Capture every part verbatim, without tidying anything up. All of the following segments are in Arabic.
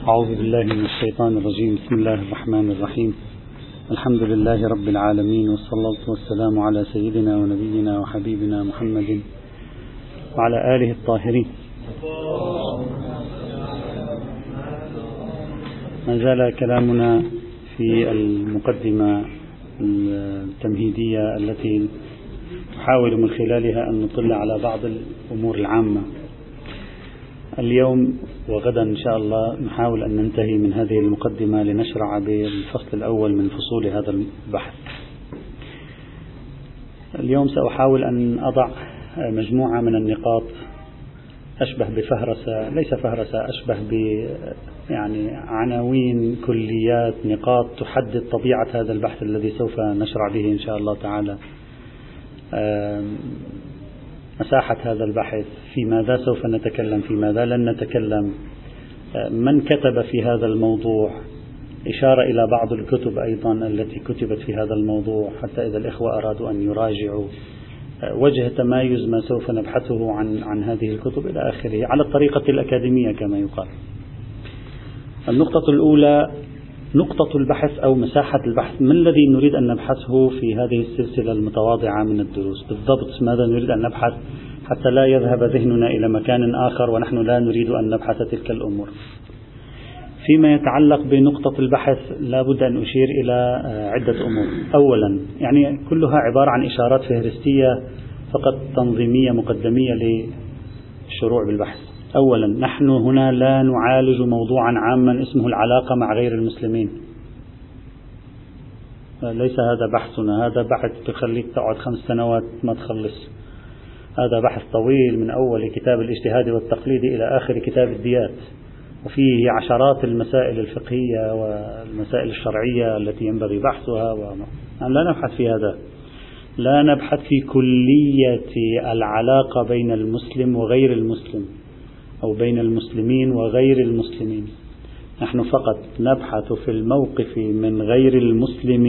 أعوذ بالله من الشيطان الرجيم. بسم الله الرحمن الرحيم. الحمد لله رب العالمين، والصلاة والسلام على سيدنا ونبينا وحبيبنا محمد وعلى آله الطاهرين. ما زال كلامنا في المقدمة التمهيدية التي نحاول من خلالها أن نطل على بعض الأمور العامة. اليوم وغدا إن شاء الله نحاول أن ننتهي من هذه المقدمة لنشرع بالفصل الأول من فصول هذا البحث. اليوم سأحاول أن أضع مجموعة من النقاط أشبه بفهرسة، ليس فهرسة، أشبه ب يعني عناوين، كليات، نقاط تحدد طبيعة هذا البحث الذي سوف نشرع به إن شاء الله تعالى. مساحة هذا البحث، في ماذا سوف نتكلم، في ماذا لن نتكلم، من كتب في هذا الموضوع، إشارة إلى بعض الكتب أيضا التي كتبت في هذا الموضوع حتى إذا الإخوة أرادوا أن يراجعوا، وجه تمايز ما سوف نبحثه عن عن هذه الكتب إلى آخره على الطريقة الأكاديمية كما يقال. النقطة الأولى نقطة البحث أو مساحة البحث، ما الذي نريد أن نبحثه في هذه السلسلة المتواضعة من الدروس بالضبط؟ ماذا نريد أن نبحث حتى لا يذهب ذهننا إلى مكان آخر ونحن لا نريد أن نبحث تلك الأمور. فيما يتعلق بنقطة البحث لا بد أن أشير إلى عدة أمور. أولا، يعني كلها عبارة عن إشارات فهرستية فقط تنظيمية مقدمية للشروع بالبحث. أولا، نحن هنا لا نعالج موضوعا عاما اسمه العلاقة مع غير المسلمين، ليس هذا بحثنا. هذا بحث تخليك تقعد خمس سنوات ما تخلص. هذا بحث طويل من أول كتاب الاجتهاد والتقليد إلى آخر كتاب الديات، وفيه عشرات المسائل الفقهية والمسائل الشرعية التي ينبغي بحثها و... لا نبحث في هذا، لا نبحث في كلية العلاقة بين المسلم وغير المسلم أو بين المسلمين وغير المسلمين. نحن فقط نبحث في الموقف من غير المسلم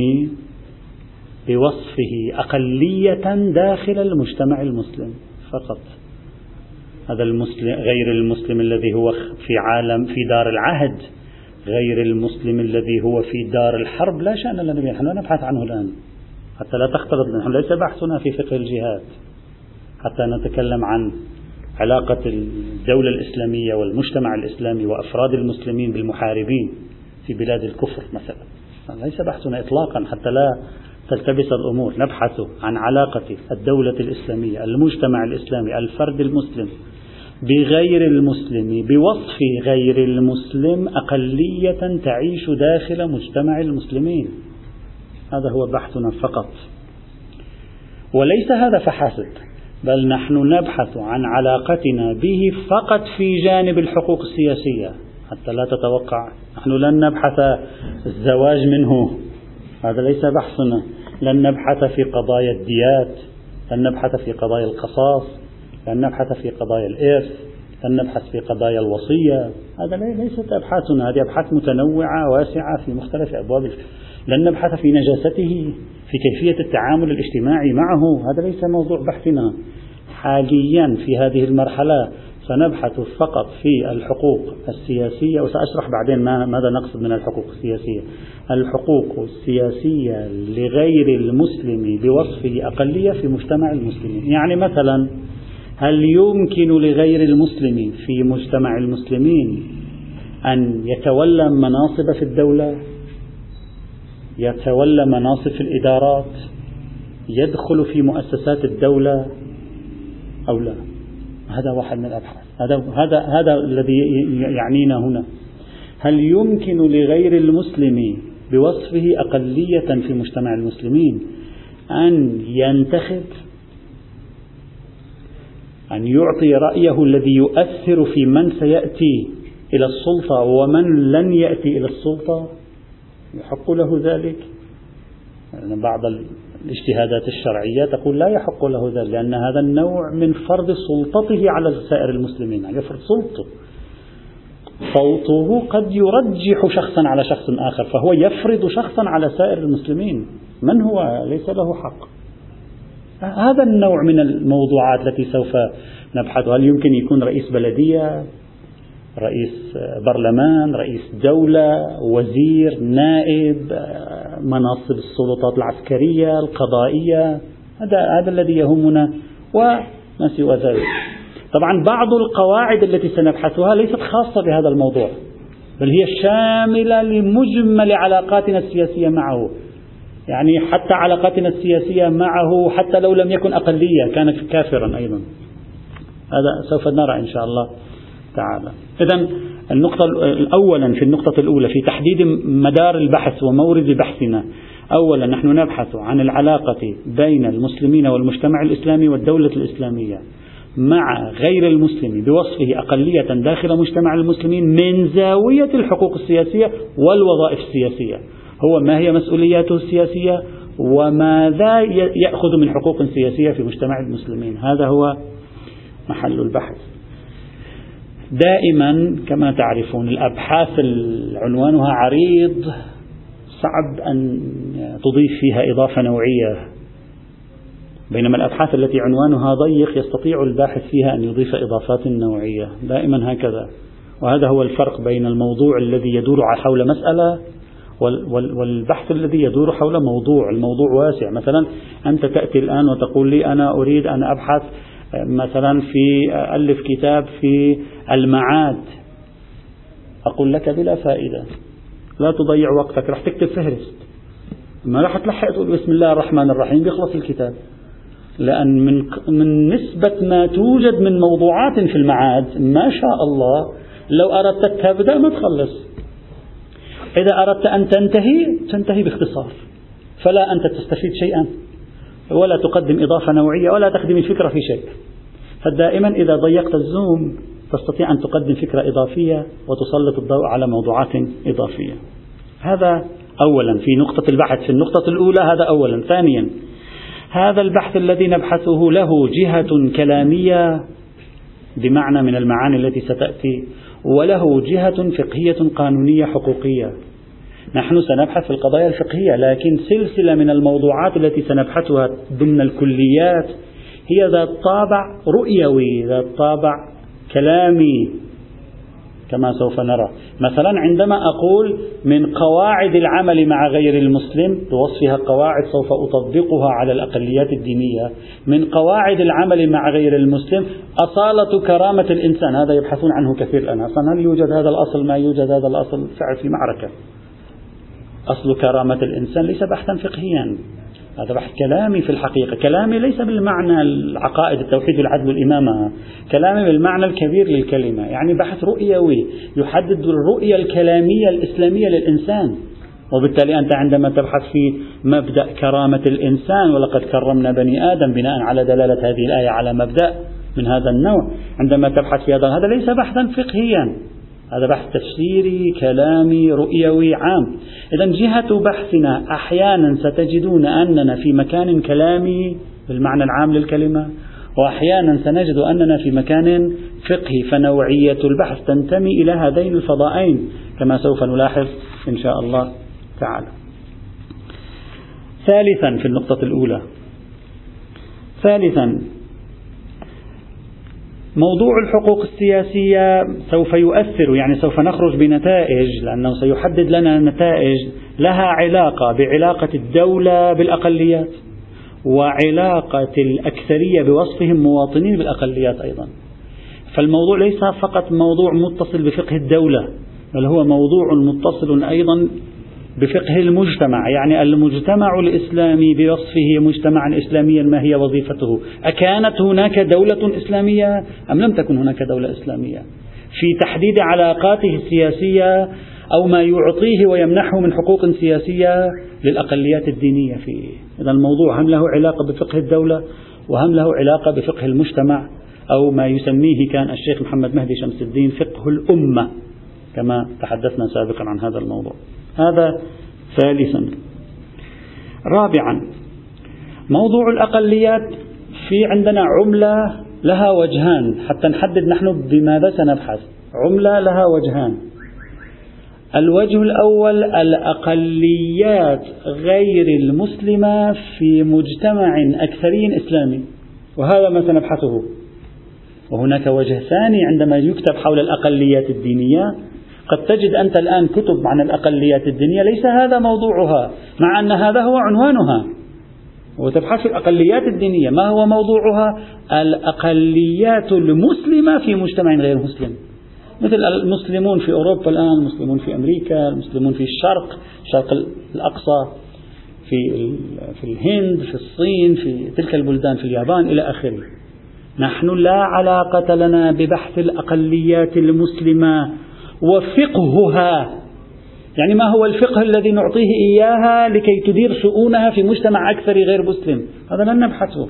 بوصفه أقلية داخل المجتمع المسلم فقط. هذا المسلم غير المسلم الذي هو في عالم في دار العهد، غير المسلم الذي هو في دار الحرب، لا شأن لنا به، نحن لا نبحث عنه الآن حتى لا تختلط. نحن ليس بحثنا في فقه الجهاد حتى نتكلم عن علاقة الدولة الإسلامية والمجتمع الإسلامي وأفراد المسلمين بالمحاربين في بلاد الكفر مثلا. ليس بحثنا إطلاقا حتى لا تلتبس الأمور. نبحث عن علاقة الدولة الإسلامية، المجتمع الإسلامي، الفرد المسلم بغير المسلم بوصف غير المسلم أقلية تعيش داخل مجتمع المسلمين. هذا هو بحثنا فقط، وليس هذا فحسب، بل نحن نبحث عن علاقتنا به فقط في جانب الحقوق السياسية. حتى لا تتوقع، نحن لن نبحث الزواج منه، هذا ليس بحثنا. لن نبحث في قضايا الديات، لن نبحث في قضايا القصاص، لن نبحث في قضايا الإرث، لن نبحث في قضايا الوصية. هذا ليست أبحاثنا، هذه أبحاث متنوعة واسعة في مختلف أبواب. لن نبحث في نجاسته، في كيفية التعامل الاجتماعي معه، هذا ليس موضوع بحثنا حاليا. في هذه المرحلة سنبحث فقط في الحقوق السياسية، وسأشرح بعدين ماذا نقصد من الحقوق السياسية. الحقوق السياسية لغير المسلم بوصفه أقلية في مجتمع المسلمين. يعني مثلا، هل يمكن لغير المسلم في مجتمع المسلمين أن يتولى مناصب في الدولة، يتولى مناصب في الإدارات، يدخل في مؤسسات الدولة أو لا؟ هذا واحد من الأبحاث. هذا هذا هذا الذي يعنينا هنا. هل يمكن لغير المسلم بوصفه أقلية في مجتمع المسلمين أن ينتخب، أن يعطي رأيه الذي يؤثر في من سيأتي إلى السلطة ومن لن يأتي إلى السلطة؟ يحق له ذلك؟ يعني بعض الاجتهادات الشرعية تقول لا يحق له ذلك، لأن هذا النوع من فرض سلطته على سائر المسلمين، يعني يفرض سلطته. صوته قد يرجح شخصا على شخص آخر، فهو يفرض شخصا على سائر المسلمين. من هو؟ ليس له حق. هذا النوع من الموضوعات التي سوف نبحثها. هل يمكن يكون رئيس بلدية؟ رئيس برلمان، رئيس دولة، وزير، نائب، مناصب السلطات العسكرية القضائية. هذا هذا الذي يهمنا وما سوى ذلك. طبعا بعض القواعد التي سنبحثها ليست خاصة بهذا الموضوع، بل هي شاملة لمجمل علاقاتنا السياسية معه، يعني حتى علاقاتنا السياسية معه حتى لو لم يكن أقلية كان كافرا أيضا. هذا سوف نرى إن شاء الله تعالى. إذن النقطة الأولا في النقطة الأولى في تحديد مدار البحث ومورد بحثنا، أولا نحن نبحث عن العلاقة بين المسلمين والمجتمع الإسلامي والدولة الإسلامية مع غير المسلم بوصفه أقلية داخل مجتمع المسلمين من زاوية الحقوق السياسية والوظائف السياسية. هو ما هي مسؤولياته السياسية وماذا يأخذ من حقوق سياسية في مجتمع المسلمين. هذا هو محل البحث. دائما كما تعرفون الأبحاث عنوانها عريض صعب أن تضيف فيها إضافة نوعية، بينما الأبحاث التي عنوانها ضيق يستطيع الباحث فيها أن يضيف إضافات نوعية، دائما هكذا. وهذا هو الفرق بين الموضوع الذي يدور حول مسألة والبحث الذي يدور حول موضوع. الموضوع واسع. مثلا أنت تأتي الآن وتقول لي أنا أريد أن أبحث مثلا في ألف كتاب في المعاد، أقول لك بلا فائدة، لا تضيع وقتك، رح تكتب فهرست، ما رح تلحق تقول بسم الله الرحمن الرحيم بيخلص الكتاب، لأن من من نسبة ما توجد من موضوعات في المعاد ما شاء الله لو أردت تبدأ ما تخلص. إذا أردت أن تنتهي تنتهي باختصار، فلا أنت تستفيد شيئا ولا تقدم إضافة نوعية ولا تخدم الفكرة في شيء. فدائما إذا ضيقت الزوم تستطيع أن تقدم فكرة إضافية وتسلط الضوء على موضوعات إضافية. هذا أولا في نقطة البحث في النقطة الأولى. هذا أولا. ثانيا، هذا البحث الذي نبحثه له جهة كلامية بمعنى من المعاني التي ستأتي، وله جهة فقهية قانونية حقوقية. نحن سنبحث في القضايا الفقهية، لكن سلسلة من الموضوعات التي سنبحثها ضمن الكليات هي ذات طابع رؤيوي، ذات طابع كلامي كما سوف نرى. مثلا عندما أقول من قواعد العمل مع غير المسلم بوصفها قواعد سوف أطبقها على الأقليات الدينية، من قواعد العمل مع غير المسلم أصالة كرامة الإنسان. هذا يبحثون عنه كثير الآن، أصلا هل يوجد هذا الأصل؟ ما يوجد هذا الأصل، فعل في معركة. أصل كرامة الإنسان ليس بحثا فقهيا، هذا بحث كلامي في الحقيقة. كلامي ليس بالمعنى العقائد التوحيد والعدل والإمامة، كلامي بالمعنى الكبير للكلمة، يعني بحث رؤيوي يحدد الرؤية الكلامية الإسلامية للإنسان. وبالتالي أنت عندما تبحث في مبدأ كرامة الإنسان ولقد كرمنا بني آدم بناء على دلالة هذه الآية على مبدأ من هذا النوع، عندما تبحث في هذا هذا ليس بحثا فقهيا، هذا بحث تفسيري كلامي رؤيوي عام. إذن جهة بحثنا أحيانا ستجدون أننا في مكان كلامي بالمعنى العام للكلمة، وأحيانا سنجد أننا في مكان فقهي، فنوعية البحث تنتمي إلى هذين الفضائين كما سوف نلاحظ إن شاء الله تعالى. ثالثا في النقطة الأولى، ثالثا موضوع الحقوق السياسية سوف يؤثر، يعني سوف نخرج بنتائج، لأنه سيحدد لنا نتائج لها علاقة بعلاقة الدولة بالأقليات وعلاقة الأكثرية بوصفهم مواطنين بالأقليات أيضا. فالموضوع ليس فقط موضوع متصل بفقه الدولة، بل هو موضوع متصل أيضا بفقه المجتمع، يعني المجتمع الإسلامي بوصفه مجتمعا إسلاميا ما هي وظيفته؟ أكانت هناك دولة إسلامية أم لم تكن هناك دولة إسلامية؟ في تحديد علاقاته السياسية أو ما يعطيه ويمنحه من حقوق سياسية للأقليات الدينية فيه. إذا الموضوع هم له علاقة بفقه الدولة وهم له علاقة بفقه المجتمع، أو ما يسميه كان الشيخ محمد مهدي شمس الدين فقه الأمة، كما تحدثنا سابقا عن هذا الموضوع. هذا ثالثا. رابعا، موضوع الأقليات، في عندنا عملة لها وجهان حتى نحدد نحن بماذا سنبحث. عملة لها وجهان. الوجه الأول الأقليات غير المسلمة في مجتمع أكثري إسلامي، وهذا ما سنبحثه. وهناك وجه ثاني عندما يكتب حول الأقليات الدينية، قد تجد أنت الآن كتب عن الأقليات الدينية ليس هذا موضوعها، مع أن هذا هو عنوانها، وتبحث في الأقليات الدينية ما هو موضوعها؟ الأقليات المسلمة في مجتمع غير مسلم، مثل المسلمون في أوروبا الآن، المسلمون في أمريكا، المسلمون في الشرق، الشرق الأقصى، في في الهند، في الصين، في تلك البلدان، في اليابان إلى آخره. نحن لا علاقة لنا ببحث الأقليات المسلمة وفقهها، يعني ما هو الفقه الذي نعطيه إياها لكي تدير شؤونها في مجتمع أكثر غير مسلم، هذا لن نبحثه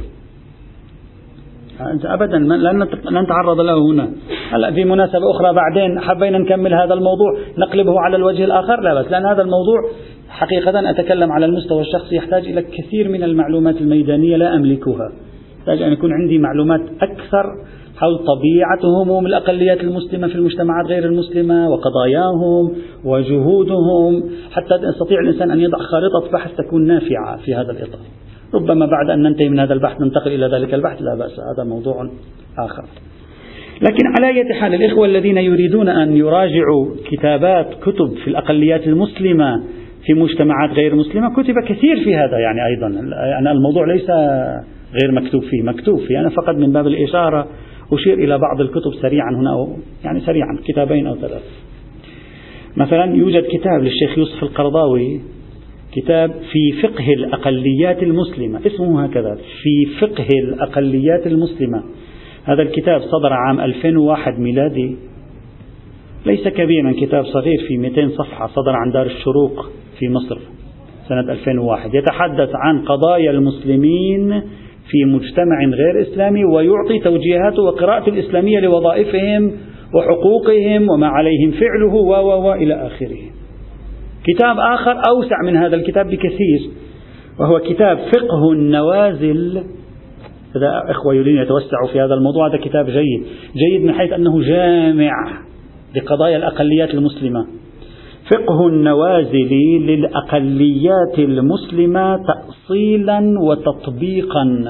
أبدا، لن نتعرض له هنا. هلا في مناسبة أخرى بعدين حبينا نكمل هذا الموضوع نقلبه على الوجه الآخر، لا بس، لأن هذا الموضوع حقيقة أتكلم على المستوى الشخصي يحتاج إلى كثير من المعلومات الميدانية لا أملكها، يحتاج أن يكون عندي معلومات أكثر حول طبيعة هموم الأقليات المسلمة في المجتمعات غير المسلمة وقضاياهم وجهودهم، حتى يستطيع الإنسان أن يضع خارطة بحث تكون نافعة في هذا الإطار. ربما بعد أن ننتهي من هذا البحث ننتقل إلى ذلك البحث، لا بأس، هذا موضوع آخر. لكن على أي حال الإخوة الذين يريدون أن يراجعوا كتابات كتب في الأقليات المسلمة في مجتمعات غير مسلمة، كتب كثير في هذا، يعني أيضا يعني الموضوع ليس غير مكتوب فيه، مكتوب فيه، أنا فقط من باب الإشارة أشير إلى بعض الكتب سريعا هنا، أو يعني سريعا كتابين أو ثلاث. مثلا يوجد كتاب للشيخ يوسف القرضاوي، كتاب في فقه الأقليات المسلمة، اسمه هكذا، في فقه الأقليات المسلمة. هذا الكتاب صدر عام ألفين وواحد ميلادي، ليس كبيرا، كتاب صغير في مئتين صفحة، صدر عن دار الشروق في مصر سنة ألفين وواحد، يتحدث عن قضايا المسلمين في مجتمع غير إسلامي، ويعطي توجيهات وقراءة الإسلامية لوظائفهم وحقوقهم وما عليهم فعله و و و إلى آخره. كتاب آخر أوسع من هذا الكتاب بكثير، وهو كتاب فقه النوازل. إذا أخوة يريدون يتوسعوا في هذا الموضوع، هذا كتاب جيد، جيد من حيث أنه جامع لقضايا الأقليات المسلمة. فقه النوازل للأقليات المسلمة تأصيلا وتطبيقا.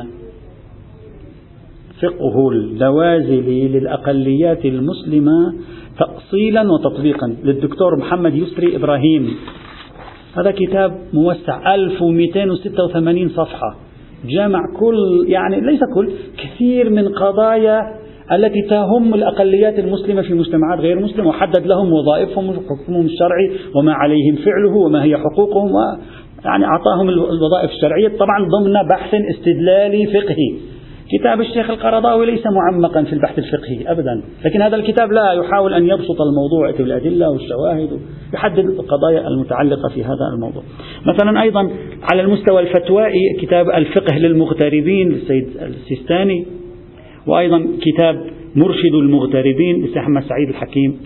فقه النوازل للأقليات المسلمة تأصيلا وتطبيقا، للدكتور محمد يسري إبراهيم. هذا كتاب موسع ألف ومئتين وستة وثمانين صفحة، جمع كل يعني ليس كل كثير من قضايا التي تهم الأقليات المسلمة في مجتمعات غير مسلمة، وحدد لهم وظائفهم وحكمهم الشرعي وما عليهم فعله وما هي حقوقهم، يعني أعطاهم الوظائف الشرعية طبعا ضمن بحث استدلالي فقهي. كتاب الشيخ القرضاوي ليس معمقا في البحث الفقهي أبدا، لكن هذا الكتاب لا يحاول أن يبسط الموضوع بالأدلة والشواهد، يحدد القضايا المتعلقة في هذا الموضوع. مثلا أيضا على المستوى الفتوائي كتاب الفقه للمغتربين للسيد السيستاني، وأيضا كتاب مرشد المغتربين للسيد سعيد الحكيم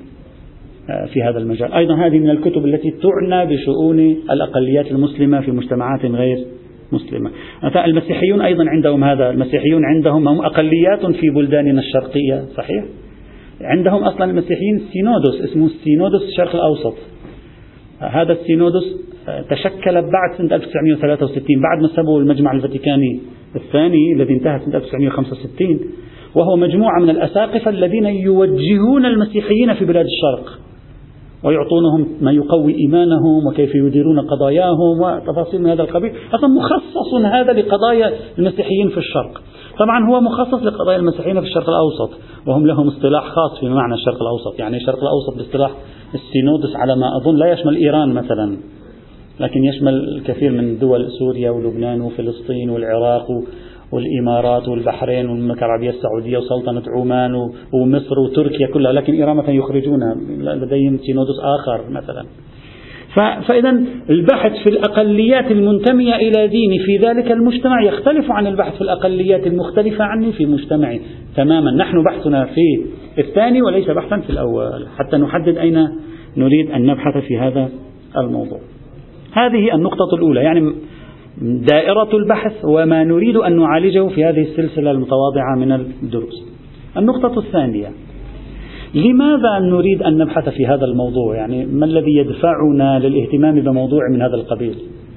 في هذا المجال. أيضا هذه من الكتب التي تعنى بشؤون الأقليات المسلمة في مجتمعات غير مسلمة. المسيحيون أيضا عندهم هذا، المسيحيون عندهم هم أقليات في بلداننا الشرقية، صحيح، عندهم أصلا المسيحيين سينودوس اسمه السينودوس الشرق الأوسط. هذا السينودوس تشكل بعد سنة ألف وتسعمئة وثلاثة وستين، بعد ما سبوا المجمع الفاتيكاني الثاني الذي انتهى سنة ألف وتسعمئة وخمسة وستين، وهو مجموعة من الأساقفة الذين يوجهون المسيحيين في بلاد الشرق ويعطونهم ما يقوي إيمانهم وكيف يديرون قضاياهم وتفاصيل من هذا القبيل. أصلا مخصص هذا لقضايا المسيحيين في الشرق. طبعا هو مخصص لقضايا المسيحيين في الشرق الأوسط، وهم لهم اصطلاح خاص في معنى الشرق الأوسط. يعني الشرق الأوسط باصطلاح السينودس على ما أظن لا يشمل إيران مثلا، لكن يشمل الكثير من دول، سوريا ولبنان وفلسطين والعراق والإمارات والبحرين والمملكة العربية السعودية وسلطنة عمان ومصر وتركيا كلها، لكن إيران مثلا يخرجونها، لديهم سينودس آخر مثلا. فإذا البحث في الأقليات المنتمية إلى دين في ذلك المجتمع يختلف عن البحث في الأقليات المختلفة عني في مجتمعي تماما. نحن بحثنا في الثاني وليس بحثا في الأول، حتى نحدد أين نريد أن نبحث في هذا الموضوع. هذه النقطة الأولى، يعني دائرة البحث وما نريد أن نعالجه في هذه السلسلة المتواضعة من الدروس. النقطة الثانية، لماذا نريد أن نبحث في هذا الموضوع؟ يعني ما الذي يدفعنا للاهتمام بموضوع من هذا القبيل؟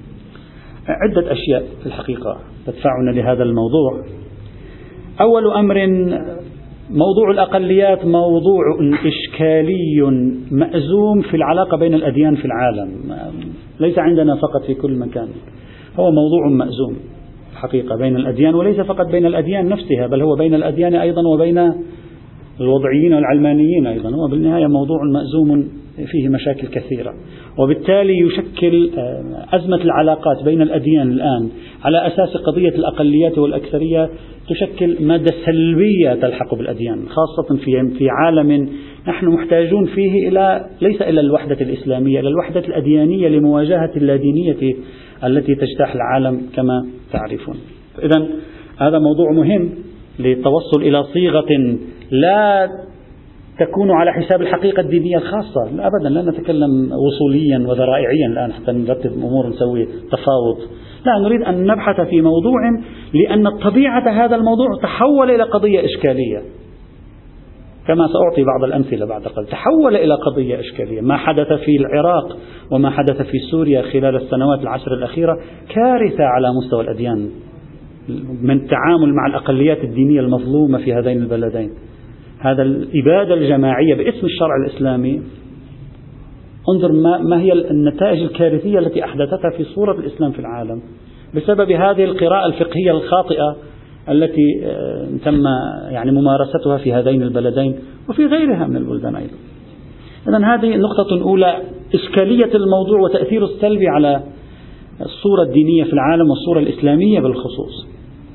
عدة أشياء في الحقيقة تدفعنا لهذا الموضوع. أول أمر موضوع الأقليات موضوع إشكالي مأزوم في العلاقة بين الأديان في العالم، ليس عندنا فقط في كل مكان، هو موضوع مأزوم الحقيقة بين الأديان، وليس فقط بين الأديان نفسها، بل هو بين الأديان أيضا وبين الوضعيين والعلمانيين أيضا. هو بالنهاية موضوع مأزوم فيه مشاكل كثيرة، وبالتالي يشكل أزمة العلاقات بين الأديان الآن على أساس قضية الأقليات والأكثرية تشكل مادة سلبية تلحق بالأديان، خاصة في في عالم نحن محتاجون فيه إلى ليس إلى الوحدة الإسلامية، إلى الوحدة الأديانية لمواجهة اللادينية التي تجتاح العالم كما تعرفون. إذن هذا موضوع مهم للتوصل إلى صيغة لا تكون على حساب الحقيقة الدينية الخاصة، لا أبدا، لا نتكلم وصوليا وذرائعيا الآن حتى نرتب أمور نسوي تفاوض، لا، نريد أن نبحث في موضوع لأن طبيعة هذا الموضوع تحول إلى قضية إشكالية، كما سأعطي بعض الأمثلة بعد قليل. تحول إلى قضية إشكالية، ما حدث في العراق وما حدث في سوريا خلال السنوات العشر الأخيرة كارثة على مستوى الأديان من التعامل مع الأقليات الدينية المظلومة في هذين البلدين. هذا الإبادة الجماعية باسم الشرع الإسلامي، انظر ما, ما هي النتائج الكارثية التي أحدثتها في صورة الإسلام في العالم بسبب هذه القراءة الفقهية الخاطئة التي تم يعني ممارستها في هذين البلدين وفي غيرها من البلدان أيضا. إذن هذه نقطة أولى، إشكالية الموضوع وتأثيره السلبي على الصورة الدينية في العالم والصورة الإسلامية بالخصوص.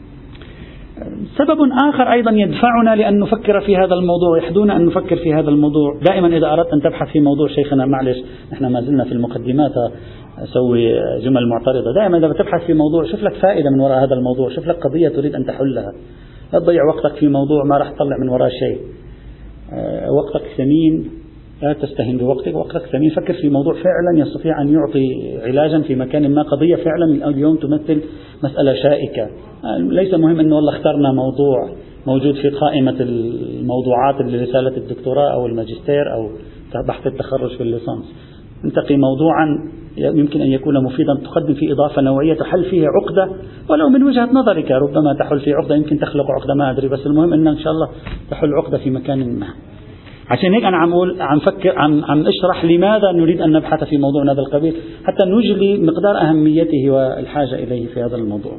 سبب آخر أيضا يدفعنا لأن نفكر في هذا الموضوع، يحدون أن نفكر في هذا الموضوع. دائما إذا أردت أن تبحث في موضوع شيخنا، معلش نحن ما زلنا في المقدمات أسوي جمل معترضة، دائما إذا بتبحث في موضوع شوف لك فائدة من وراء هذا الموضوع، شوف لك قضية تريد أن تحلها، لا تضيع وقتك في موضوع ما راح تطلع من وراء شيء. وقتك ثمين، لا تستهين بوقتك، وقتك ثمين، فكر في موضوع فعلا يستطيع أن يعطي علاجا في مكان ما، قضية فعلا اليوم تمثل مسألة شائكة. ليس مهم أنه والله اخترنا موضوع موجود في قائمة الموضوعات لرسالة الدكتوراه أو الماجستير أو بحث التخرج في الليسانس، انتقي موضوعا يمكن أن يكون مفيدا، تقدم فيه إضافة نوعية تحل فيه عقدة ولو من وجهة نظرك، ربما تحل فيه عقدة، يمكن تخلق عقدة ما أدري، بس المهم أن إن شاء الله تحل عقدة في مكان ما. عشان هيك أنا عم أقول عم فكر عم عم أشرح لماذا نريد أن نبحث في موضوع من هذا القبيل حتى نجلي مقدار أهميته والحاجة إليه في هذا الموضوع.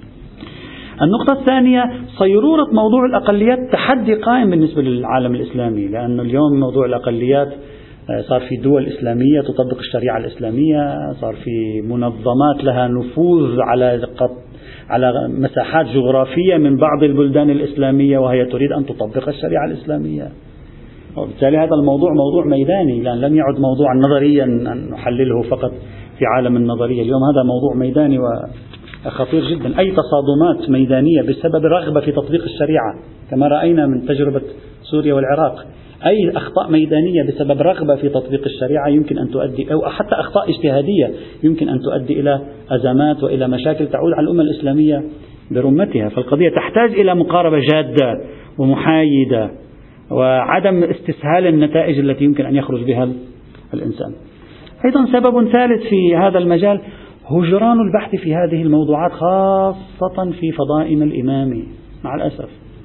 النقطة الثانية، صيرورة موضوع الأقليات تحدي قائم بالنسبة للعالم الإسلامي، لأن اليوم موضوع الأقليات صار في دول إسلامية تطبق الشريعة الإسلامية، صار في منظمات لها نفوذ على على مساحات جغرافية من بعض البلدان الإسلامية وهي تريد أن تطبق الشريعة الإسلامية، وبالتالي هذا الموضوع موضوع ميداني، لأن لم يعد موضوعا نظريا أن نحلله فقط في عالم النظرية. اليوم هذا موضوع ميداني وخطير جدا. أي تصادمات ميدانية بسبب رغبة في تطبيق الشريعة كما رأينا من تجربة سوريا والعراق، أي أخطاء ميدانية بسبب رغبة في تطبيق الشريعة يمكن أن تؤدي، أو حتى أخطاء اجتهادية يمكن أن تؤدي إلى أزمات وإلى مشاكل تعود على الأمة الإسلامية برمتها. فالقضية تحتاج إلى مقاربة جادة ومحايدة وعدم استسهال النتائج التي يمكن أن يخرج بها الإنسان. أيضا سبب ثالث في هذا المجال، هجران البحث في هذه الموضوعات خاصة في فضائنا الإمامي مع الأسف.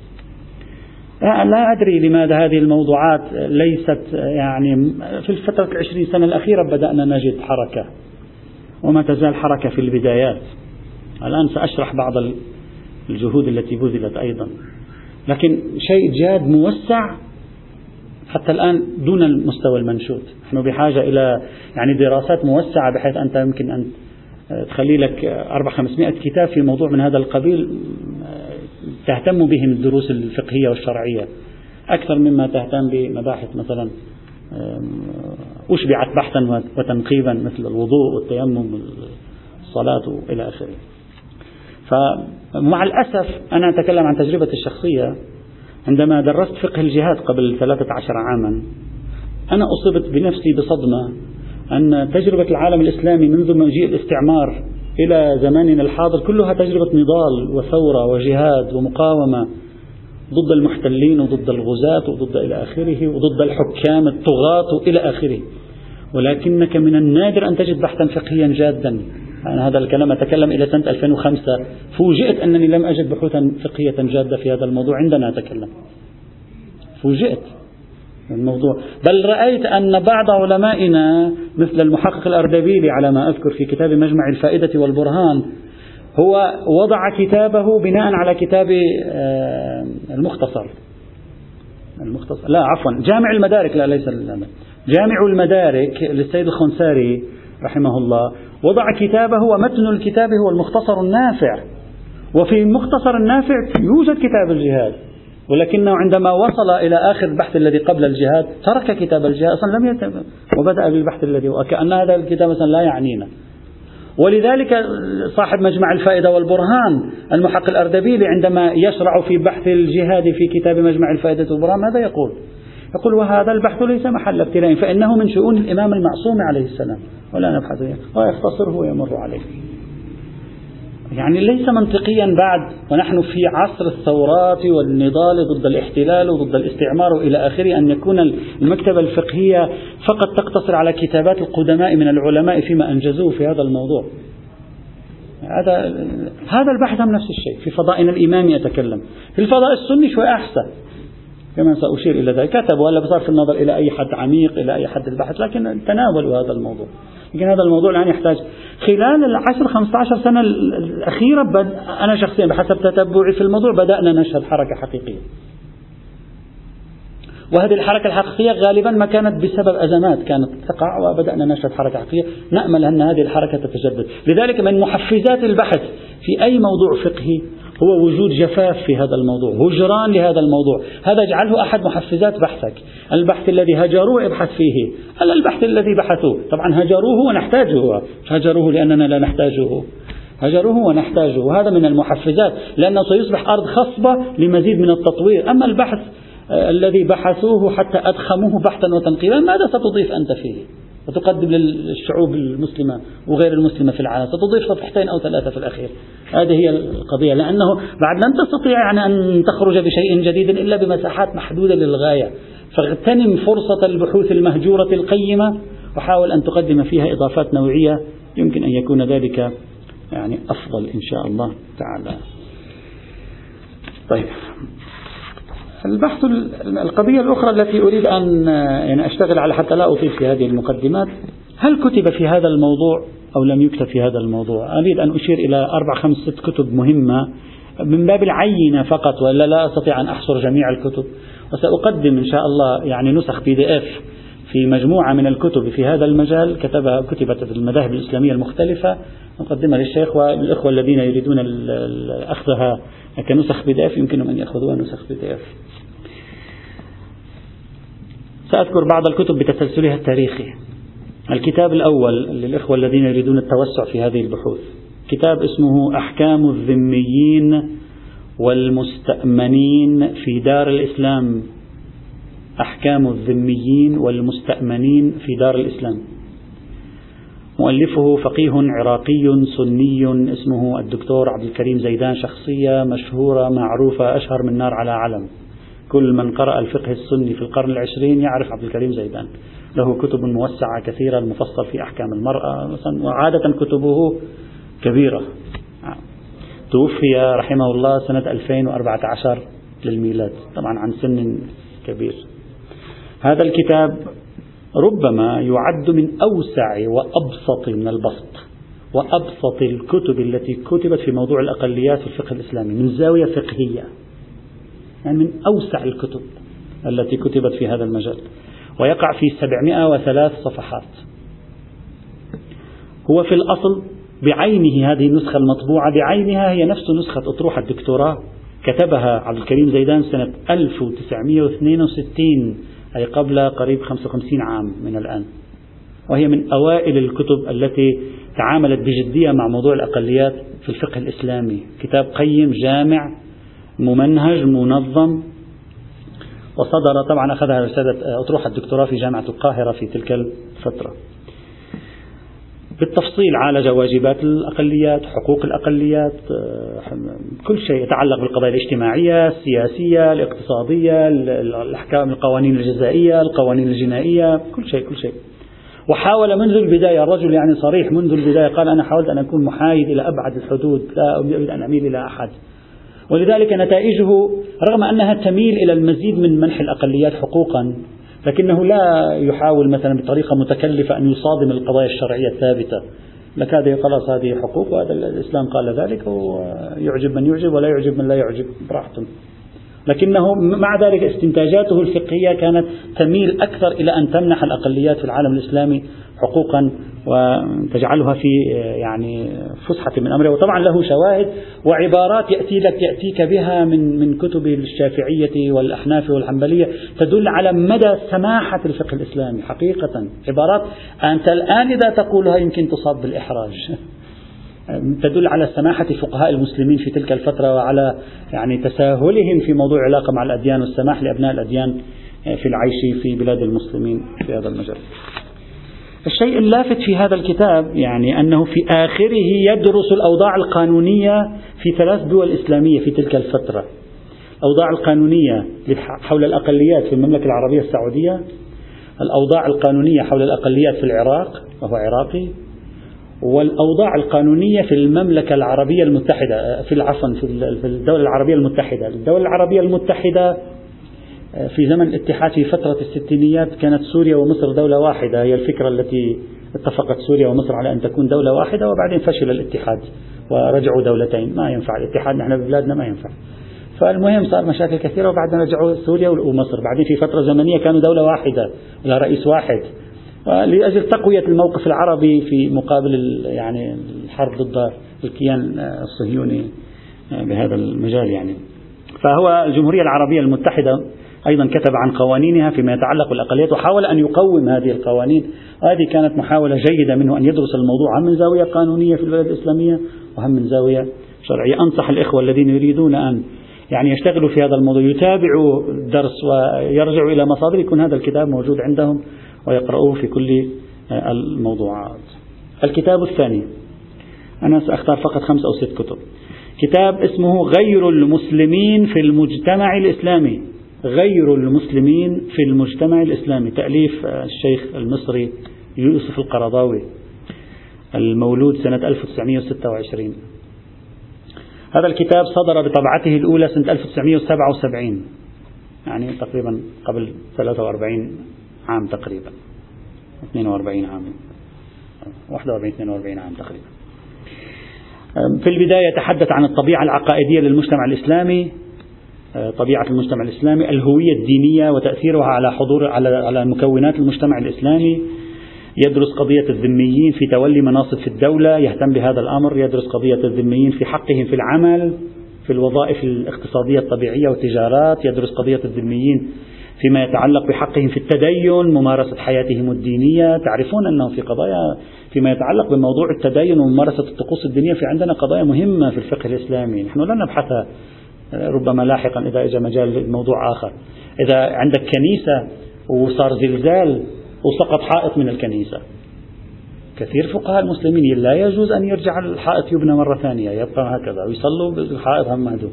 لا أدري لماذا هذه الموضوعات ليست يعني في الفترة العشرين سنة الأخيرة بدأنا نجد حركة، وما تزال حركة في البدايات. الآن سأشرح بعض الجهود التي بذلت أيضا، لكن شيء جاد موسع حتى الآن دون المستوى المنشود. نحن بحاجة إلى يعني دراسات موسعة بحيث أنت يمكن أن تخلي لك أربع خمسمائة كتاب في موضوع من هذا القبيل تهتم بهم الدروس الفقهية والشرعية أكثر مما تهتم بمباحث مثلا أشبعت بحثا وتنقيبا مثل الوضوء والتيمم والصلاة إلى آخره. فمع الأسف أنا أتكلم عن تجربتي الشخصية، عندما درست فقه الجهاد قبل ثلاثة عشر عاما أنا أصبت بنفسي بصدمة أن تجربة العالم الإسلامي منذ مجيء الاستعمار إلى زماننا الحاضر كلها تجربة نضال وثورة وجهاد ومقاومة ضد المحتلين وضد الغزاة وضد إلى آخره وضد الحكام الطغاة إلى آخره، ولكنك من النادر أن تجد بحثا فقهيا جادا. أنا هذا الكلام أتكلم إلى سنة ألفين وخمسة، فوجئت أنني لم أجد بحوثا فقهية جادة في هذا الموضوع عندنا أتكلم. فوجئت الموضوع. بل رأيت أن بعض علمائنا مثل المحقق الأردبيلي على ما أذكر في كتاب مجمع الفائدة والبرهان هو وضع كتابه بناء على كتاب المختصر المختصر لا عفوا جامع المدارك لا ليس جامع المدارك للسيد الخنساري رحمه الله، وضع كتابه ومتن الكتاب هو المختصر النافع، وفي المختصر النافع يوجد كتاب الجهاد، ولكنه عندما وصل إلى آخر البحث الذي قبل الجهاد ترك كتاب الجهاد أصلا لم يتم وبدأ بالبحث الذي وكأن هذا الكتاب مثلا لا يعنينا. ولذلك صاحب مجمع الفائدة والبرهان المحقق الأردبيلي عندما يشرع في بحث الجهاد في كتاب مجمع الفائدة والبرهان ماذا يقول؟ يقول وهذا البحث ليس محل ابتلاء فإنه من شؤون الإمام المعصوم عليه السلام ولا نبحث فيه ويختصره ويمر عليه. يعني ليس منطقيا بعد ونحن في عصر الثورات والنضال ضد الاحتلال وضد الاستعمار وإلى آخره أن يكون المكتبة الفقهية فقط تقتصر على كتابات القدماء من العلماء فيما أنجزوه في هذا الموضوع. هذا هذا البحث هم نفس الشيء. في فضائنا الإمامي أتكلم، في الفضاء السني شوي أحسن كما سأشير إلى ذلك، كتبوا ولا بصرف النظر إلى أي حد عميق إلى أي حد البحث، لكن تناولوا هذا الموضوع. لكن هذا الموضوع الآن يحتاج خلال العشر خمسة عشر سنة الأخيرة بد... أنا شخصيا بحسب تتبعي في الموضوع بدأنا نشهد حركة حقيقية، وهذه الحركة الحقيقية غالبا ما كانت بسبب أزمات كانت تقع وبدأنا نشهد حركة حقيقية، نأمل أن هذه الحركة تتجدد. لذلك من محفزات البحث في أي موضوع فقهي هو وجود جفاف في هذا الموضوع، هجران لهذا الموضوع، هذا اجعله أحد محفزات بحثك. البحث الذي هجروه ابحث فيه، هل البحث الذي بحثوه طبعا هجروه ونحتاجه، هجروه لأننا لا نحتاجه، هجروه ونحتاجه، وهذا من المحفزات لأنه سيصبح أرض خصبة لمزيد من التطوير. أما البحث الذي بحثوه حتى أدخموه بحثا وتنقيبا ماذا ستضيف أنت فيه وتقدم للشعوب المسلمة وغير المسلمة في العالم؟ ستضيف صفحتين أو ثلاثة في الأخير. هذه هي القضية، لأنه بعد لن تستطيع يعني أن تخرج بشيء جديد إلا بمساحات محدودة للغاية، فاغتنم فرصة البحوث المهجورة القيمة وحاول أن تقدم فيها إضافات نوعية يمكن أن يكون ذلك يعني أفضل إن شاء الله تعالى. طيب البحث القضية الأخرى التي أريد أن يعني أشتغل على حتى لا أطيل في هذه المقدمات، هل كتب في هذا الموضوع أو لم يكتب في هذا الموضوع؟ أريد أن أشير إلى أربع خمس ست كتب مهمة من باب العينة فقط، ولا لا أستطيع أن أحصر جميع الكتب، وسأقدم إن شاء الله يعني نسخ بي دي إف في مجموعة من الكتب في هذا المجال كتبها كتبت في المذاهب الإسلامية المختلفة، نقدمها للشيخ والإخوة الذين يريدون أخذها كنسخ بي دي إف يمكنهم أن يأخذوها نسخ بي دي إف. سأذكر بعض الكتب بتسلسلها التاريخي. الكتاب الأول للإخوة الذين يريدون التوسع في هذه البحوث كتاب اسمه أحكام الذميين والمستأمنين في دار الإسلام، أحكام الذميين والمستأمنين في دار الإسلام. مؤلفه فقيه عراقي سني اسمه الدكتور عبد الكريم زيدان، شخصية مشهورة معروفة أشهر من نار على علم. كل من قرأ الفقه السني في القرن العشرين يعرف عبد الكريم زيدان، له كتب موسعة كثيرة المفصل في أحكام المرأة مثلا، وعادة كتبه كبيرة. توفي رحمه الله سنة ألفين وأربعة عشر للميلاد، طبعا عن سن كبير. هذا الكتاب ربما يعد من أوسع وأبسط من البسط وأبسط الكتب التي كتبت في موضوع الأقليات في الفقه الإسلامي من زاوية فقهية، يعني من أوسع الكتب التي كتبت في هذا المجال، ويقع في سبعمائة وثلاث صفحات. هو في الأصل بعينه هذه النسخة المطبوعة بعينها هي نفس نسخة أطروحة الدكتوراه، كتبها عبد الكريم زيدان سنة ألف وتسعمائة واثنين وستين، أي قبل قريب خمسة وخمسين عام من الآن، وهي من أوائل الكتب التي تعاملت بجدية مع موضوع الأقليات في الفقه الإسلامي. كتاب قيم جامع ممنهج منظم، وصدر طبعا أخذها رسالة أطروحة الدكتوراه في جامعة القاهرة في تلك الفترة. بالتفصيل عالج واجبات الأقليات، حقوق الأقليات، كل شيء يتعلق بالقضايا الاجتماعية، السياسية، الاقتصادية، الأحكام، القوانين الجزائية، القوانين الجنائية، كل شيء كل شيء. وحاول منذ البداية، الرجل يعني صريح منذ البداية، قال أنا حاولت أن أكون محايد إلى أبعد الحدود، لا أريد أن أميل إلى أحد، ولذلك نتائجه رغم أنها تميل إلى المزيد من منح الأقليات حقوقا، لكنه لا يحاول مثلا بطريقة متكلفة أن يصادم القضايا الشرعية الثابتة. لك هذه خلاص هذه حقوق وهذا الإسلام قال ذلك، ويعجب من يعجب ولا يعجب من لا يعجب براحته. لكنه مع ذلك استنتاجاته الفقهية كانت تميل أكثر إلى أن تمنح الأقليات في العالم الإسلامي حقوقا وتجعلها في يعني فسحة من أمره. وطبعا له شواهد وعبارات يأتي لك يأتيك بها من من كتب الشافعية والأحناف والحنبلية تدل على مدى سماحة الفقه الإسلامي حقيقة. عبارات أنت الآن إذا تقولها يمكن تصاب بالإحراج، تدل على سماحة فقهاء المسلمين في تلك الفترة وعلى يعني تساهلهم في موضوع العلاقة مع الأديان والسماح لأبناء الأديان في العيش في بلاد المسلمين في هذا المجال. الشيء اللافت في هذا الكتاب يعني أنه في آخره يدرس الأوضاع القانونية في ثلاث دول إسلامية في تلك الفترة. الأوضاع القانونية حول الأقليات في المملكة العربية السعودية، الأوضاع القانونية حول الأقليات في العراق وهو عراقي، والأوضاع القانونية في المملكة العربية المتحدة في العفن في الدولة العربية المتحدة. الدولة العربية المتحدة في زمن الاتحاد في فترة الستينيات كانت سوريا ومصر دولة واحدة، هي الفكرة التي اتفقت سوريا ومصر على أن تكون دولة واحدة، وبعدين فشل الاتحاد ورجعوا دولتين. ما ينفع الاتحاد، نحن ببلادنا ما ينفع. فالمهم صار مشاكل كثيرة وبعدين رجعوا سوريا ومصر. بعدين في فترة زمنية كانوا دولة واحدة لها رئيس واحد، ولأجل تقوية الموقف العربي في مقابل يعني الحرب ضد الكيان الصهيوني بهذا المجال يعني. فهو الجمهورية العربية المتحدة أيضا كتب عن قوانينها فيما يتعلق بالأقليات وحاول أن يقوم هذه القوانين. هذه كانت محاولة جيدة منه أن يدرس الموضوع هم من زاوية قانونية في البلاد الإسلامية وهم من زاوية شرعية. أنصح الإخوة الذين يريدون أن يعني يشتغلوا في هذا الموضوع يتابعوا الدرس ويرجعوا إلى مصادر، يكون هذا الكتاب موجود عندهم ويقرؤوه في كل الموضوعات. الكتاب الثاني أنا سأختار فقط خمس أو ست كتب. كتاب اسمه غير المسلمين في المجتمع الإسلامي، غير المسلمين في المجتمع الإسلامي، تأليف الشيخ المصري يوسف القرضاوي المولود سنة ألف وتسعمئة وستة وعشرين. هذا الكتاب صدر بطبعته الأولى سنة ألف وتسعمئة وسبعة وسبعين، يعني تقريبا قبل ثلاثة وأربعين عام تقريبا، اثنين وأربعين عام، واحد وأربعين اثنين وأربعين عام تقريبا. في البداية تحدث عن الطبيعة العقائدية للمجتمع الإسلامي، طبيعة المجتمع الإسلامي، الهوية الدينية وتأثيرها على حضور على على مكونات المجتمع الإسلامي. يدرس قضية الذميين في تولي مناصب في الدولة، يهتم بهذا الأمر. يدرس قضية الذميين في حقهم في العمل في الوظائف الاقتصادية الطبيعية والتجارات. يدرس قضية الذميين فيما يتعلق بحقهم في التدين، ممارسة حياتهم الدينية. تعرفون أنه في قضايا فيما يتعلق بموضوع التدين وممارسة الطقوس الدينية في عندنا قضايا مهمة في الفقه الإسلامي، نحن لا نبحثها، ربما لاحقا إذا إجا مجال الموضوع آخر. إذا عندك كنيسة وصار زلزال وسقط حائط من الكنيسة، كثير فقهاء المسلمين لا يجوز أن يرجع الحائط يبنى مرة ثانية، يبقى هكذا ويصلوا بالحائط هم مهدوم.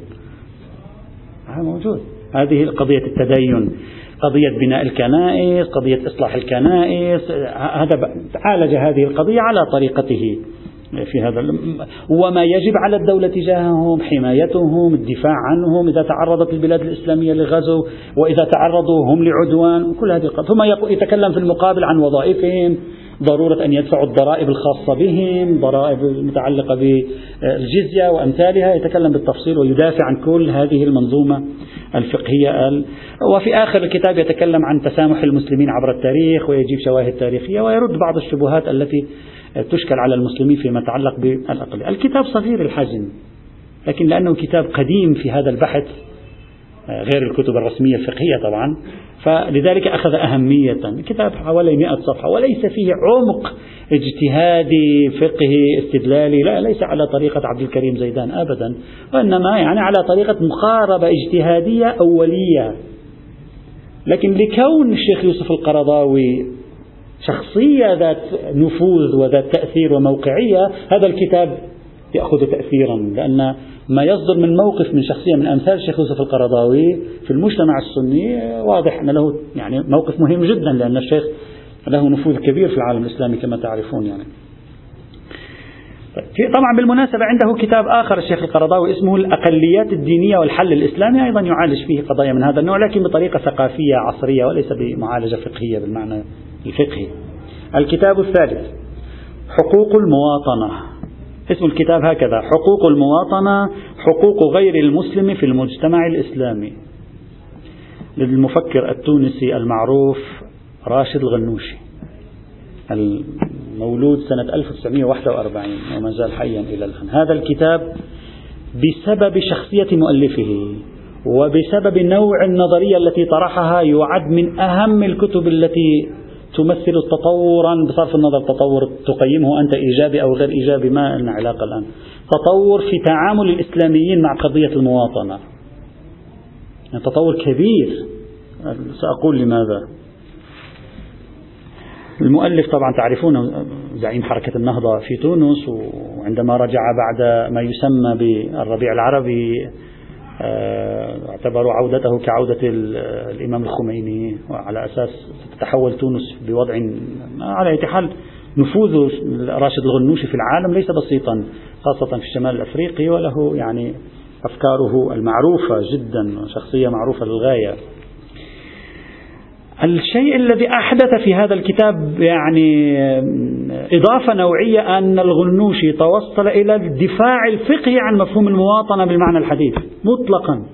هذا موجود. هذه قضية التدين، قضية بناء الكنائس، قضية إصلاح الكنائس، هذا عالج هذه القضية على طريقته في هذا، وما يجب على الدولة تجاههم حمايتهم، الدفاع عنهم إذا تعرضت البلاد الإسلامية لغزو وإذا تعرضوا هم لعدوان، كل هذه القضايا. ثم يتكلم في المقابل عن وظائفهم، ضرورة أن يدفعوا الضرائب الخاصة بهم، ضرائب المتعلقة بالجزية وأمثالها، يتكلم بالتفصيل ويدافع عن كل هذه المنظومة الفقهية. وفي آخر الكتاب يتكلم عن تسامح المسلمين عبر التاريخ ويجيب شواهد تاريخية ويرد بعض الشبهات التي تشكل على المسلمين فيما يتعلق بالأقلية. الكتاب صغير الحجم، لكن لأنه كتاب قديم في هذا البحث غير الكتب الرسمية الفقهية طبعا، فلذلك أخذ أهمية. الكتاب حوالي مئة صفحة وليس فيه عمق اجتهادي فقهي استدلالي، لا، ليس على طريقة عبد الكريم زيدان أبدا، وإنما يعني على طريقة مقاربة اجتهادية أولية. لكن لكون الشيخ يوسف القرضاوي شخصية ذات نفوذ وذات تأثير وموقعية، هذا الكتاب يأخذ تأثيرا، لأن ما يصدر من موقف من شخصية من أمثال الشيخ يوسف القرضاوي في المجتمع السني واضح أن له يعني موقف مهم جدا، لأن الشيخ له نفوذ كبير في العالم الإسلامي كما تعرفون يعني. طبعا بالمناسبة عنده كتاب آخر الشيخ القرضاوي اسمه الأقليات الدينية والحل الإسلامي، أيضا يعالج فيه قضايا من هذا النوع لكن بطريقة ثقافية عصرية وليس بمعالجة فقهية بالمعنى الفقهي. الكتاب الثالث حقوق المواطنة، اسم الكتاب هكذا: حقوق المواطنة، حقوق غير المسلم في المجتمع الإسلامي، للمفكر التونسي المعروف راشد الغنوشي، المولود سنة ألف وتسعمئة وواحد وأربعين وما زال حيا إلى الآن. هذا الكتاب بسبب شخصية مؤلفه وبسبب نوع النظرية التي طرحها يعد من أهم الكتب التي تمثل تطورا، بصرف النظر تطور تقيمه أنت إيجابي أو غير إيجابي ما لنا علاقة الآن، تطور في تعامل الإسلاميين مع قضية المواطنة، يعني تطور كبير. سأقول لماذا. المؤلف طبعا تعرفون زعيم حركة النهضة في تونس، وعندما رجع بعد ما يسمى بالربيع العربي اعتبروا عودته كعودة الإمام الخميني، وعلى أساس تتحول تونس بوضع على أي حال. نفوذ راشد الغنوشي في العالم ليس بسيطا خاصة في الشمال الأفريقي، وله يعني أفكاره المعروفة جدا، شخصية معروفة للغاية. الشيء الذي أحدث في هذا الكتاب يعني إضافة نوعية أن الغنوشي توصل إلى الدفاع الفقهي عن مفهوم المواطنة بالمعنى الحديث مطلقا،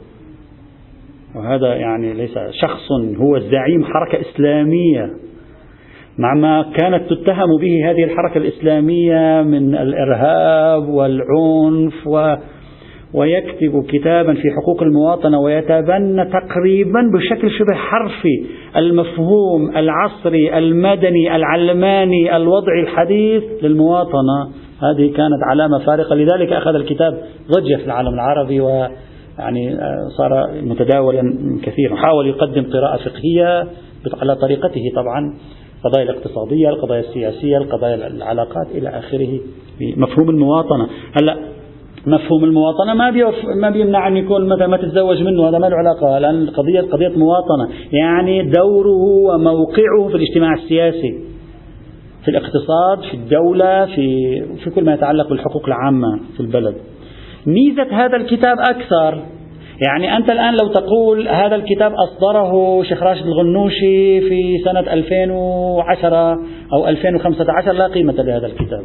وهذا يعني ليس شخص هو زعيم حركة إسلامية مع ما كانت تتهم به هذه الحركة الإسلامية من الإرهاب والعنف و ويكتب كتابا في حقوق المواطنة ويتبنى تقريبا بشكل شبه حرفي المفهوم العصري المدني العلماني الوضعي الحديث للمواطنة. هذه كانت علامة فارقة، لذلك أخذ الكتاب ضجة في العالم العربي ويعني صار متداولا كثيرا. حاول يقدم قراءة فقهية على طريقته طبعا، القضايا الاقتصادية، القضايا السياسية، القضايا العلاقات إلى آخره بمفهوم المواطنة. هلا مفهوم المواطنة ما ما بيمنع أن يكون مثلا ما تتزوج منه، هذا ما له علاقة، لأن القضية قضية مواطنة، يعني دوره وموقعه في الاجتماع السياسي، في الاقتصاد، في الدولة، في في كل ما يتعلق بالحقوق العامة في البلد. ميزة هذا الكتاب أكثر، يعني أنت الآن لو تقول هذا الكتاب أصدره شيخ راشد الغنوشي في سنة ألفين وعشرة أو ألفين وخمسة عشر لا قيمة لهذا الكتاب،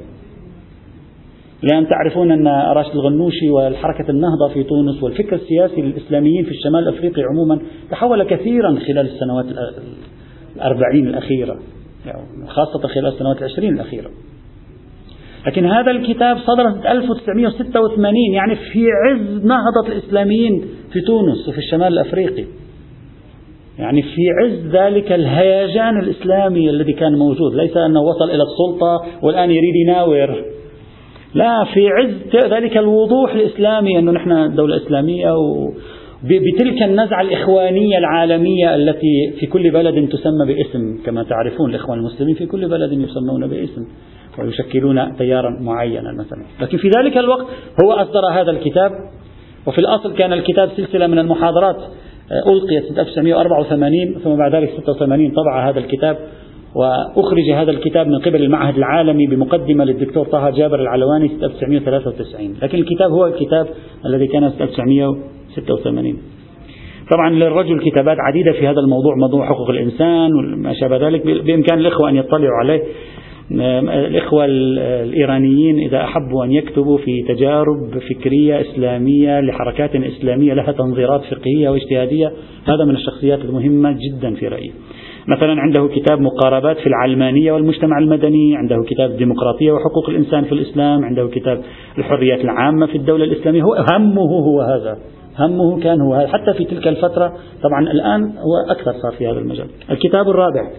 لأن تعرفون أن راشد الغنوشي والحركة النهضة في تونس والفكر السياسي للإسلاميين في الشمال الأفريقي عموما تحول كثيرا خلال السنوات الأربعين الأخيرة، خاصة خلال السنوات العشرين الأخيرة. لكن هذا الكتاب صدر سنة ألف وتسعمئة وستة وثمانين، يعني في عز نهضة الإسلاميين في تونس وفي الشمال الأفريقي، يعني في عز ذلك الهيجان الإسلامي الذي كان موجود، ليس أنه وصل إلى السلطة والآن يريد يناور، لا، في عز ذلك الوضوح الإسلامي أنه نحن دولة إسلامية، وبتلك النزعة الإخوانية العالمية التي في كل بلد تسمى باسم، كما تعرفون الإخوان المسلمين في كل بلد يسمون باسم ويشكلون تيارا معينا مثلا. لكن في ذلك الوقت هو أصدر هذا الكتاب، وفي الأصل كان الكتاب سلسلة من المحاضرات ألقيت سنة ألف وتسعمئة وأربعة وثمانين، ثم بعد ذلك ستة وثمانين طبع هذا الكتاب، وأخرج هذا الكتاب من قبل المعهد العالمي بمقدمة للدكتور طه جابر العلواني سنة ألف وتسعمئة وثلاثة وتسعين، لكن الكتاب هو الكتاب الذي كان سنة ألف وتسعمئة وستة وثمانين. طبعا للرجل كتابات عديدة في هذا الموضوع، موضوع حقوق الإنسان وما شابه ذلك، بإمكان الإخوة أن يطلعوا عليه. الإخوة الإيرانيين إذا أحبوا أن يكتبوا في تجارب فكرية إسلامية لحركات إسلامية لها تنظيرات فقهية واجتهادية، هذا من الشخصيات المهمة جدا في رأيي. مثلا عنده كتاب مقاربات في العلمانية والمجتمع المدني، عنده كتاب الديمقراطية وحقوق الإنسان في الإسلام، عنده كتاب الحريات العامة في الدولة الإسلامية. هو همه هو هذا، همه كان هو هذا حتى في تلك الفترة، طبعا الآن هو أكثر صار في هذا المجال. الكتاب الرابع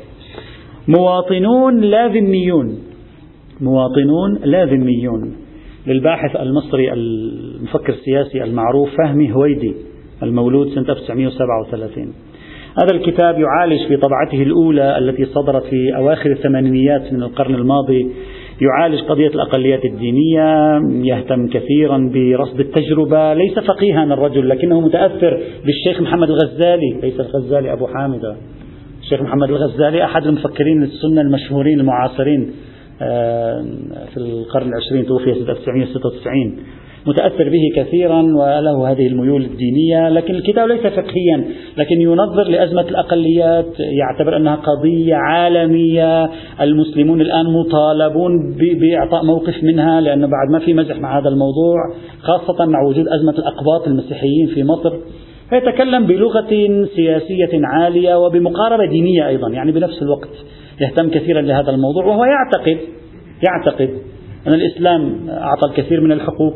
مواطنون لا ذميون، مواطنون لا ذميون، للباحث المصري المفكر السياسي المعروف فهمي هويدي، المولود سنة ألف وتسعمئة وسبعة وثلاثين. هذا الكتاب يعالج في طبعته الأولى التي صدرت في أواخر الثمانينيات من القرن الماضي، يعالج قضية الأقليات الدينية، يهتم كثيرا برصد التجربة. ليس فقيها الرجل لكنه متأثر بالشيخ محمد الغزالي، ليس الغزالي أبو حامدة، الشيخ محمد الغزالي أحد المفكرين السنة المشهورين المعاصرين في القرن العشرين، توفي سنة ألف وتسعمئة وستة وتسعين، متأثر به كثيرا وله هذه الميول الدينية، لكن الكتاب ليس فقهيا، لكن ينظر لأزمة الأقليات، يعتبر أنها قضية عالمية، المسلمون الآن مطالبون بإعطاء موقف منها، لأنه بعد ما في مزح مع هذا الموضوع، خاصة مع وجود أزمة الأقباط المسيحيين في مصر. فيتكلم بلغة سياسية عالية وبمقاربة دينية أيضا، يعني بنفس الوقت يهتم كثيرا لهذا الموضوع، وهو يعتقد يعتقد أن الإسلام أعطى الكثير من الحقوق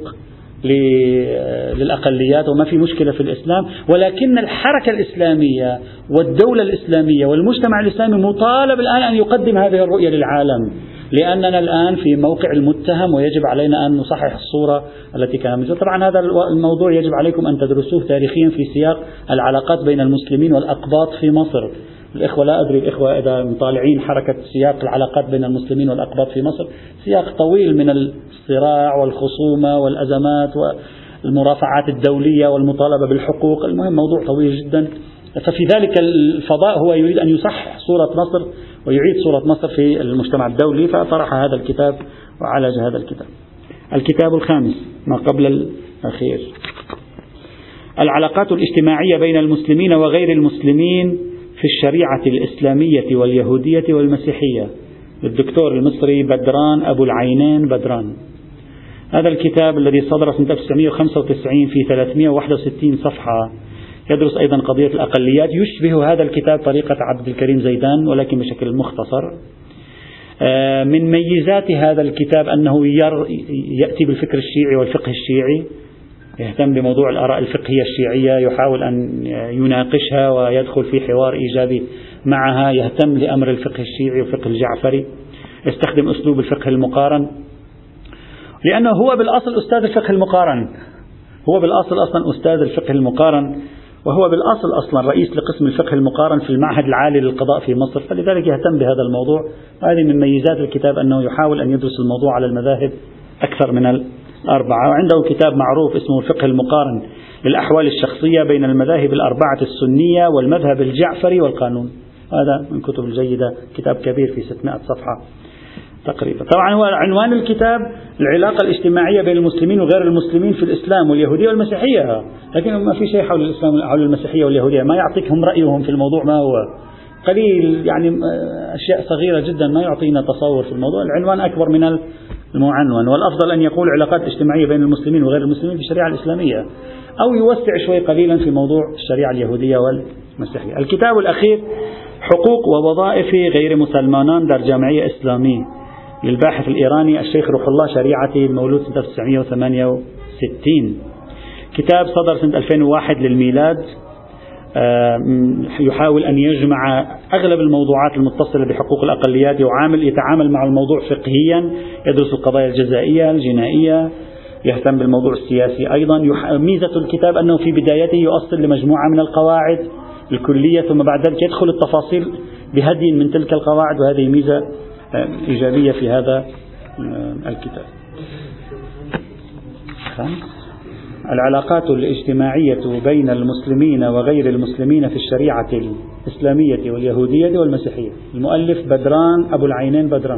للأقليات وما في مشكلة في الإسلام، ولكن الحركة الإسلامية والدولة الإسلامية والمجتمع الإسلامي مطالب الآن أن يقدم هذه الرؤية للعالم، لأننا الآن في موقع المتهم ويجب علينا أن نصحح الصورة التي كانت. طبعا هذا الموضوع يجب عليكم أن تدرسوه تاريخيا في سياق العلاقات بين المسلمين والأقباط في مصر. الإخوة لا أدري الإخوة إذا مطالعين حركة سياق العلاقات بين المسلمين والأقباط في مصر، سياق طويل من الصراع والخصومة والأزمات والمرافعات الدولية والمطالبة بالحقوق، المهم موضوع طويل جدا. ففي ذلك الفضاء هو يريد أن يصحح صورة مصر ويعيد صورة مصر في المجتمع الدولي، فطرح هذا الكتاب وعالج هذا الكتاب. الكتاب الخامس ما قبل الأخير، العلاقات الاجتماعية بين المسلمين وغير المسلمين في الشريعة الإسلامية واليهودية والمسيحية، للدكتور المصري بدران أبو العينين بدران. هذا الكتاب الذي صدر سنة ألف وتسعمئة وخمسة وتسعين في ثلاثمئة وواحد وستين صفحة، يدرس أيضا قضية الأقليات، يشبه هذا الكتاب طريقة عبد الكريم زيدان ولكن بشكل مختصر. من ميزات هذا الكتاب أنه يأتي بالفكر الشيعي والفقه الشيعي، يهتم بموضوع الآراء الفقهية الشيعية، يحاول أن يناقشها ويدخل في حوار إيجابي معها، يهتم لأمر الفقه الشيعي والفقه الجعفري، يستخدم أسلوب الفقه المقارن، لأنه هو بالأصل أستاذ الفقه المقارن، هو بالأصل أصلا أستاذ الفقه المقارن، وهو بالأصل أصلا رئيس لقسم الفقه المقارن في المعهد العالي للقضاء في مصر، فلذلك يهتم بهذا الموضوع. هذه من ميزات الكتاب أنه يحاول أن يدرس الموضوع على المذاهب أكثر من الأربعة. وعنده كتاب معروف اسمه الفقه المقارن للأحوال الشخصية بين المذاهب الأربعة السنية والمذهب الجعفري والقانون، هذا من كتب الجيدة، كتاب كبير في ستمائة صفحة تقريبا. طبعا هو عنوان الكتاب العلاقة الاجتماعية بين المسلمين وغير المسلمين في الإسلام واليهودية والمسيحية، لكن ما في شيء حول الإسلام حول المسيحية واليهودية، ما يعطيكم رأيهم في الموضوع، ما هو قليل يعني أشياء صغيرة جدا ما يعطينا تصور في الموضوع، العنوان أكبر من المعنون، والأفضل أن يقول علاقات اجتماعية بين المسلمين وغير المسلمين في الشريعة الإسلامية، أو يوسع شوي قليلا في موضوع الشريعة اليهودية والمسيحية. الكتاب الأخير حقوق ووظائف غير مسلمان در جامعية إسلامية للباحث الإيراني الشيخ روح الله شريعتي المولود سنة ألف وتسعمئة وثمانية وستين، كتاب صدر سنة ألفين وواحد للميلاد، يحاول أن يجمع أغلب الموضوعات المتصلة بحقوق الأقليات، يعامل يتعامل مع الموضوع فقهيا، يدرس القضايا الجزائية الجنائية، يهتم بالموضوع السياسي أيضا. ميزة الكتاب أنه في بدايته يؤصل لمجموعة من القواعد الكلية، ثم بعد ذلك يدخل التفاصيل بهدي من تلك القواعد، وهذه ميزة إيجابية في هذا الكتاب. العلاقات الاجتماعية بين المسلمين وغير المسلمين في الشريعة الإسلامية واليهودية والمسيحية، المؤلف بدران أبو العينين بدران.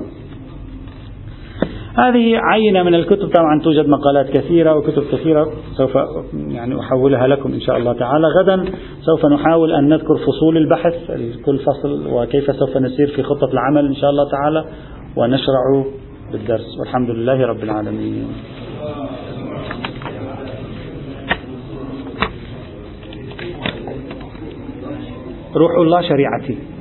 هذه عينة من الكتب، طبعا توجد مقالات كثيرة وكتب كثيرة سوف يعني أحولها لكم إن شاء الله تعالى. غدا سوف نحاول أن نذكر فصول البحث كل فصل وكيف سوف نسير في خطة العمل إن شاء الله تعالى، ونشرع بالدرس، والحمد لله رب العالمين. روح الله شريعتي.